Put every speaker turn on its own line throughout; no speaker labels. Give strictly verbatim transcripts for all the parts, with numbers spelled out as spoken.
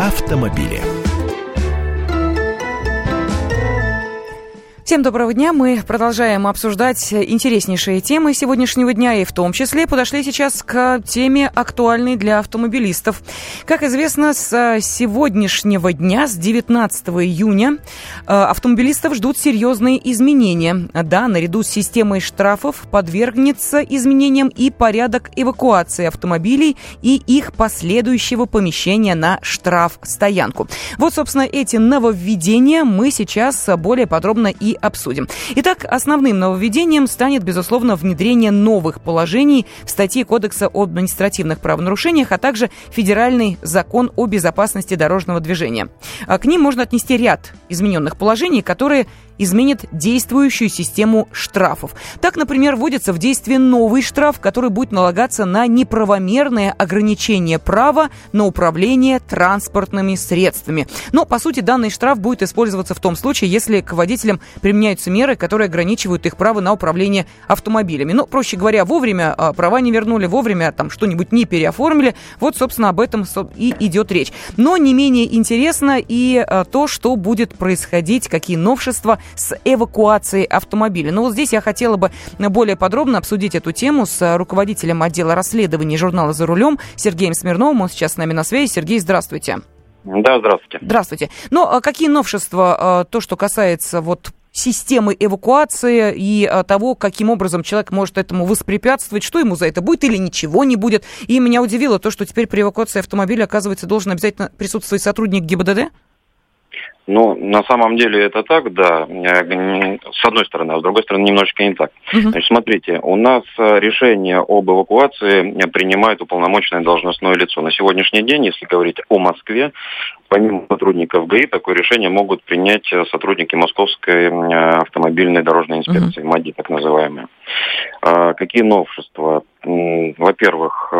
автомобили.
Всем доброго дня. Мы продолжаем обсуждать интереснейшие темы сегодняшнего дня, и в том числе подошли сейчас к теме, актуальной для автомобилистов. Как известно, с сегодняшнего дня, с девятнадцатого июня, автомобилистов ждут серьезные изменения. Да, наряду с системой штрафов подвергнется изменениям и порядок эвакуации автомобилей и их последующего помещения на штрафстоянку. Вот, собственно, эти нововведения мы сейчас более подробно и обсудим. Итак, основным нововведением станет, безусловно, внедрение новых положений в статье Кодекса об административных правонарушениях, а также Федеральный закон о безопасности дорожного движения. К ним можно отнести ряд измененных положений, которые изменит действующую систему штрафов. Так, например, вводится в действие новый штраф, который будет налагаться на неправомерное ограничение права на управление транспортными средствами. Но, по сути, данный штраф будет использоваться в том случае, если к водителям применяются меры, которые ограничивают их право на управление автомобилями. Ну, проще говоря, вовремя права не вернули, вовремя там что-нибудь не переоформили. Вот, собственно, об этом и идет речь. Но не менее интересно и то, что будет происходить, какие новшества с эвакуацией автомобиля. Но вот здесь я хотела бы более подробно обсудить эту тему с руководителем отдела расследований журнала «За рулем» Сергеем Смирновым. Он сейчас с нами на связи. Сергей, здравствуйте.
Да, здравствуйте.
Здравствуйте. Но какие новшества, то, что касается вот системы эвакуации и того, каким образом человек может этому воспрепятствовать, что ему за это будет или ничего не будет? И меня удивило то, что теперь при эвакуации автомобиля, оказывается, должен обязательно присутствовать сотрудник ГИБДД?
Ну, на самом деле это так, да, с одной стороны, а с другой стороны немножечко не так. Uh-huh. Значит, смотрите, у нас решение об эвакуации принимает уполномоченное должностное лицо. На сегодняшний день, если говорить о Москве, помимо сотрудников ГАИ, такое решение могут принять сотрудники Московской автомобильной дорожной инспекции, uh-huh. МАДИ так называемые. Какие новшества? Во-первых,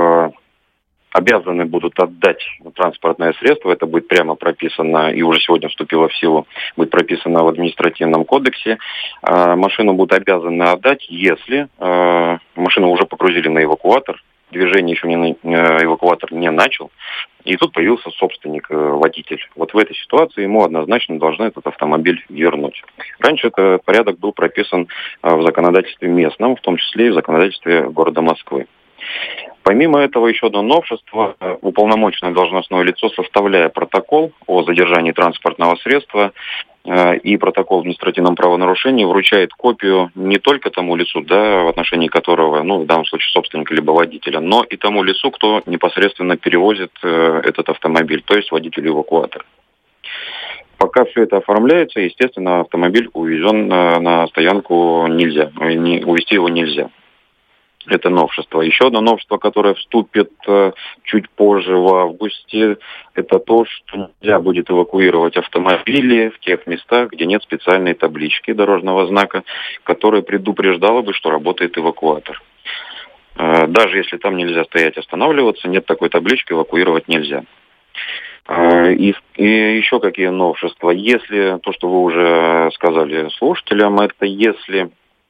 обязаны будут отдать транспортное средство, это будет прямо прописано, и уже сегодня вступило в силу, будет прописано в административном кодексе. Машину будут обязаны отдать, если машину уже погрузили на эвакуатор, движение еще не, эвакуатор не начал, и тут появился собственник, водитель. Вот в этой ситуации ему однозначно должны этот автомобиль вернуть. Раньше этот порядок был прописан в законодательстве местном, в том числе и в законодательстве города Москвы. Помимо этого, еще одно новшество. Уполномоченное должностное лицо, составляя протокол о задержании транспортного средства э, и протокол о административном правонарушении, вручает копию не только тому лицу, да, в отношении которого, ну, в данном случае собственника либо водителя, но и тому лицу, кто непосредственно перевозит э, этот автомобиль, то есть водителю эвакуатора. Пока все это оформляется, естественно, автомобиль увезен на, на стоянку нельзя, не, увезти его нельзя. Это новшество. Еще одно новшество, которое вступит э, чуть позже, в августе, это то, что нельзя будет эвакуировать автомобили в тех местах, где нет специальной таблички дорожного знака, которая предупреждала бы, что работает эвакуатор. Э, даже если там нельзя стоять, останавливаться, нет такой таблички, эвакуировать нельзя. Э, и, и еще какие новшества? Если, то, что вы уже сказали слушателям, это если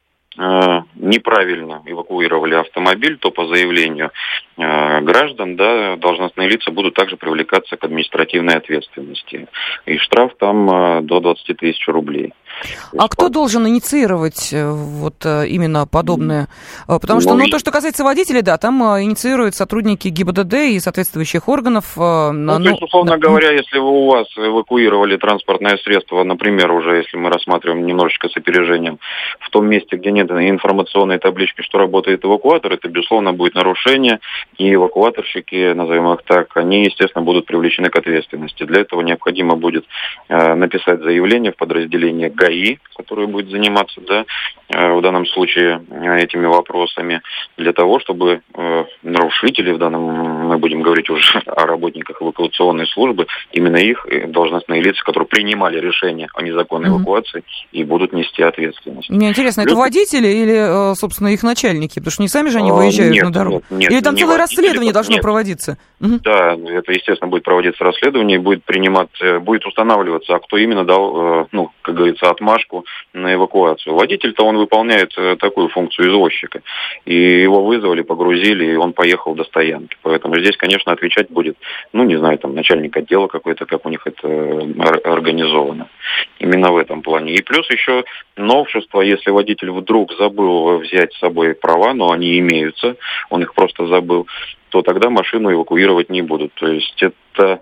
неправильно эвакуировали автомобиль, то по заявлению э, граждан, да, должностные лица будут также привлекаться к административной ответственности. И штраф там э, до двадцать тысяч рублей.
А кто должен инициировать вот именно подобное? Потому что, ну, то, что касается водителей, да, там инициируют сотрудники ГИБДД и соответствующих органов.
Ну, ну, то есть, условно да. говоря, если вы у вас эвакуировали транспортное средство, например, уже если мы рассматриваем немножечко с опережением, в том месте, где нет информационной таблички, что работает эвакуатор, это, безусловно, будет нарушение, и эвакуаторщики, назовем их так, они, естественно, будут привлечены к ответственности. Для этого необходимо будет э, написать заявление в подразделение ГАИ, который будет заниматься, да, в данном случае этими вопросами, для того, чтобы э, нарушители, в данном мы будем говорить уже о работниках эвакуационной службы, именно их должностные лица, которые принимали решение о незаконной mm-hmm. эвакуации, и будут нести ответственность.
Мне интересно, Плюс... это водители или, собственно, их начальники? Потому что не сами же они выезжают
нет,
на дорогу.
Нет, нет,
или там целое
водители,
расследование должно
нет.
проводиться?
Угу. Да, это, естественно, будет проводиться расследование, будет принимать, будет устанавливаться, а кто именно дал, ну, как говорится, отмашку на эвакуацию. Водитель-то он выполняет такую функцию извозчика. И его вызвали, погрузили, и он поехал до стоянки. Поэтому здесь, конечно, отвечать будет, ну, не знаю, там, начальник отдела какой-то, как у них это организовано. Именно в этом плане. И плюс еще новшество, если водитель вдруг забыл взять с собой права, но они имеются, он их просто забыл, то тогда машину эвакуировать не будут. То есть это...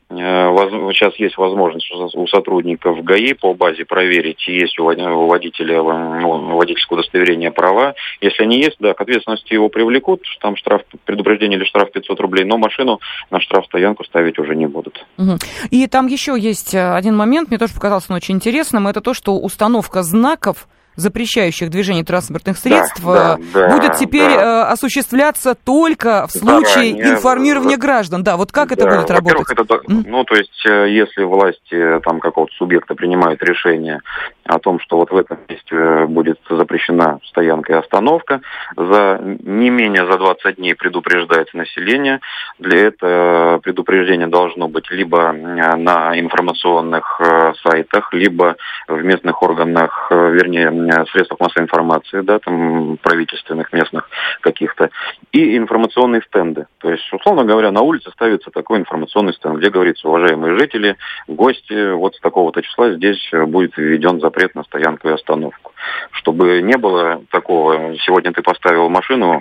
Сейчас есть возможность у сотрудников ГАИ по базе проверить, есть у водителя ну, водительское удостоверение, права. Если они есть, да, к ответственности его привлекут, там штраф, предупреждение или штраф пятьсот рублей, но машину на штрафстоянку ставить уже не будут.
Угу. И там еще есть один момент, мне тоже показался он очень интересным, это то, что установка знаков, запрещающих движение транспортных средств, да, да, будет теперь да. осуществляться только в случае Заранее. информирования граждан. Да, вот как да. это будет работать?
Это, mm. Ну, то есть, если власти там какого-то субъекта принимают решение о том, что вот в этом месте будет запрещена стоянка и остановка, за не менее за двадцать дней предупреждается население. Для этого предупреждение должно быть либо на информационных сайтах, либо в местных органах, вернее, средствах массовой информации, да, там правительственных, местных каких-то, и информационные стенды. То есть, условно говоря, на улице ставится такой информационный стенд, где говорится: уважаемые жители, гости, вот с такого-то числа здесь будет введен запрет на стоянку и остановку. Чтобы не было такого: сегодня ты поставил машину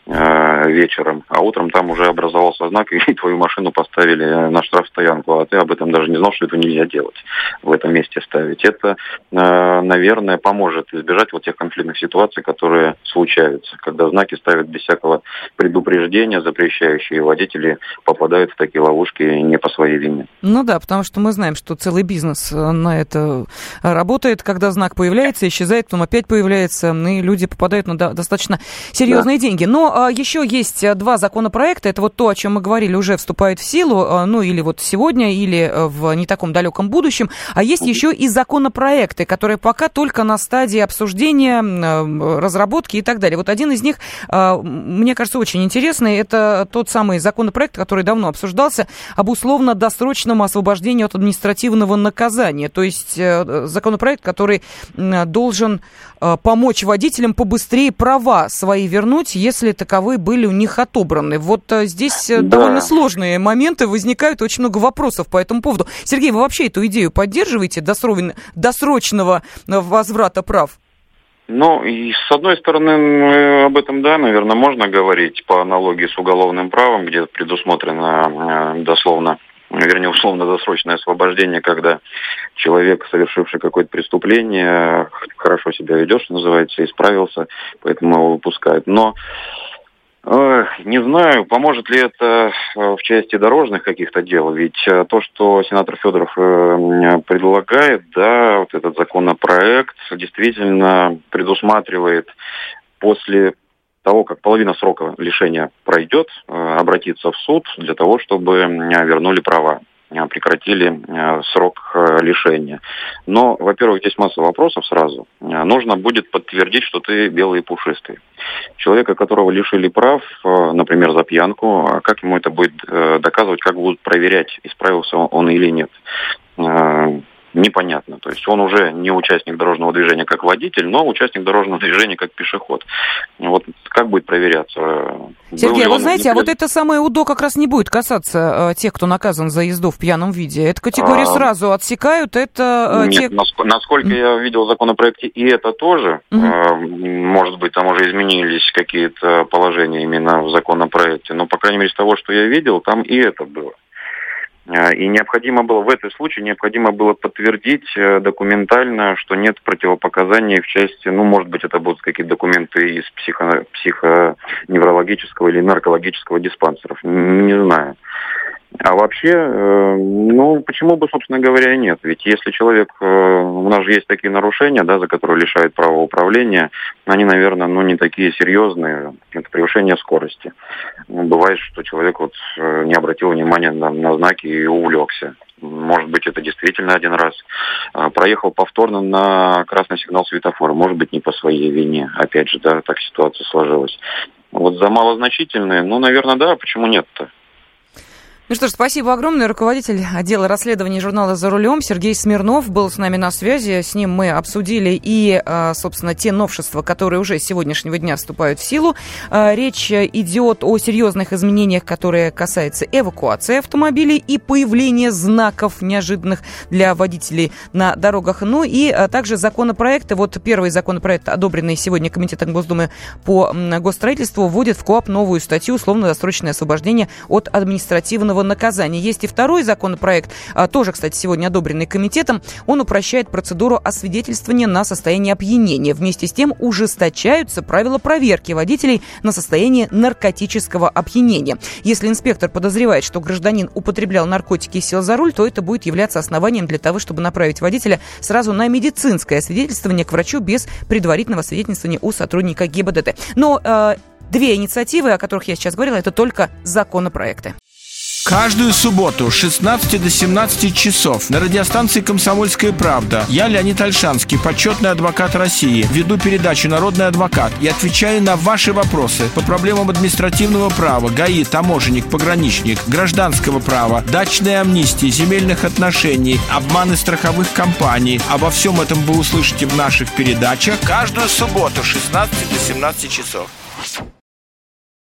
э, вечером, а утром там уже образовался знак, и твою машину поставили на штрафстоянку, а ты об этом даже не знал, что это нельзя делать, в этом месте ставить. Это, э, наверное, поможет избежать вот тех конфликтных ситуаций, которые случаются, когда знаки ставят без всякого предупреждения, запрещающие, водители попадают в такие ловушки не по своей вине.
Ну да, потому что мы знаем, что целый бизнес на это работает, когда знак появляется, исчезает, потом опять появляется, и люди попадают на достаточно серьезные да. деньги. Но а, еще есть два законопроекта, это вот то, о чем мы говорили, уже вступает в силу, а, ну или вот сегодня, или в не таком далеком будущем, а есть mm-hmm. еще и законопроекты, которые пока только на стадии обсуждения, разработки и так далее. Вот один из них, а, мне кажется, очень интересный, это тот самый законопроект, который давно обсуждался, об условно-досрочном освобождении от административного наказания, то есть законопроект, который должен помочь водителям побыстрее права свои вернуть, если таковые были у них отобраны. Вот здесь да. довольно сложные моменты, возникают очень много вопросов по этому поводу. Сергей, вы вообще эту идею поддерживаете, досрочного возврата прав?
Ну, и с одной стороны, об этом, да, наверное, можно говорить по аналогии с уголовным правом, где предусмотрено дословно, вернее, условно-досрочное освобождение, когда человек, совершивший какое-то преступление, хорошо себя ведет, что называется, исправился, поэтому его выпускают. Но не знаю, поможет ли это в части дорожных каких-то дел, ведь то, что сенатор Федоров предлагает, да, вот этот законопроект действительно предусматривает после того, как половина срока лишения пройдет, обратиться в суд для того, чтобы вернули права, прекратили срок лишения. Но, во-первых, здесь масса вопросов сразу. Нужно будет подтвердить, что ты белый и пушистый. Человека, которого лишили прав, например, за пьянку, как ему это будет доказывать, как будут проверять, исправился он или нет? Непонятно. То есть он уже не участник дорожного движения как водитель, но участник дорожного движения как пешеход. Вот как будет проверяться?
Сергей, вы знаете, а вот это самое УДО как раз не будет касаться э, тех, кто наказан за езду в пьяном виде. Эту категорию а... сразу отсекают. Это э,
Нет, те... насколько mm. я видел в законопроекте, и это тоже. Mm-hmm. Э, может быть, там уже изменились какие-то положения именно в законопроекте. Но, по крайней мере, из того, что я видел, там и это было. И необходимо было, в этом случае, необходимо было подтвердить документально, что нет противопоказаний в части, ну, может быть, это будут какие-то документы из психо, психоневрологического или наркологического диспансеров, не знаю. А вообще, ну, почему бы, собственно говоря, и нет? Ведь если человек, у нас же есть такие нарушения, да, за которые лишают права управления, они, наверное, ну, не такие серьезные, это превышение скорости. Ну, бывает, что человек вот не обратил внимания на, на знаки и увлекся. Может быть, это действительно один раз. Проехал повторно на красный сигнал светофора, может быть, не по своей вине. Опять же, да, так ситуация сложилась. Вот за малозначительные, ну, наверное, да, почему нет-то?
Ну что ж, спасибо огромное. Руководитель отдела расследований журнала «За рулем» Сергей Смирнов был с нами на связи. С ним мы обсудили и, собственно, те новшества, которые уже с сегодняшнего дня вступают в силу. Речь идет о серьезных изменениях, которые касаются эвакуации автомобилей и появления знаков неожиданных для водителей на дорогах. Ну и также законопроекты. Вот первый законопроект, одобренный сегодня Комитетом Госдумы по госстроительству, вводит в КоАП новую статью «Условно-досрочное освобождение от административного наказания». Есть и второй законопроект, тоже, кстати, сегодня одобренный комитетом. Он упрощает процедуру освидетельствования на состояние опьянения. Вместе с тем ужесточаются правила проверки водителей на состояние наркотического опьянения. Если инспектор подозревает, что гражданин употреблял наркотики и сел за руль, то это будет являться основанием для того, чтобы направить водителя сразу на медицинское освидетельствование к врачу без предварительного свидетельствования у сотрудника ГИБДД. Но э, две инициативы, о которых я сейчас говорила, это только законопроекты.
Каждую субботу с шестнадцати до семнадцати часов на радиостанции «Комсомольская правда» я, Леонид Ольшанский, почетный адвокат России, веду передачу «Народный адвокат» и отвечаю на ваши вопросы по проблемам административного права, ГАИ, таможенник, пограничник, гражданского права, дачной амнистии, земельных отношений, обманы страховых компаний. Обо всем этом вы услышите в наших передачах каждую субботу с шестнадцати до семнадцати часов.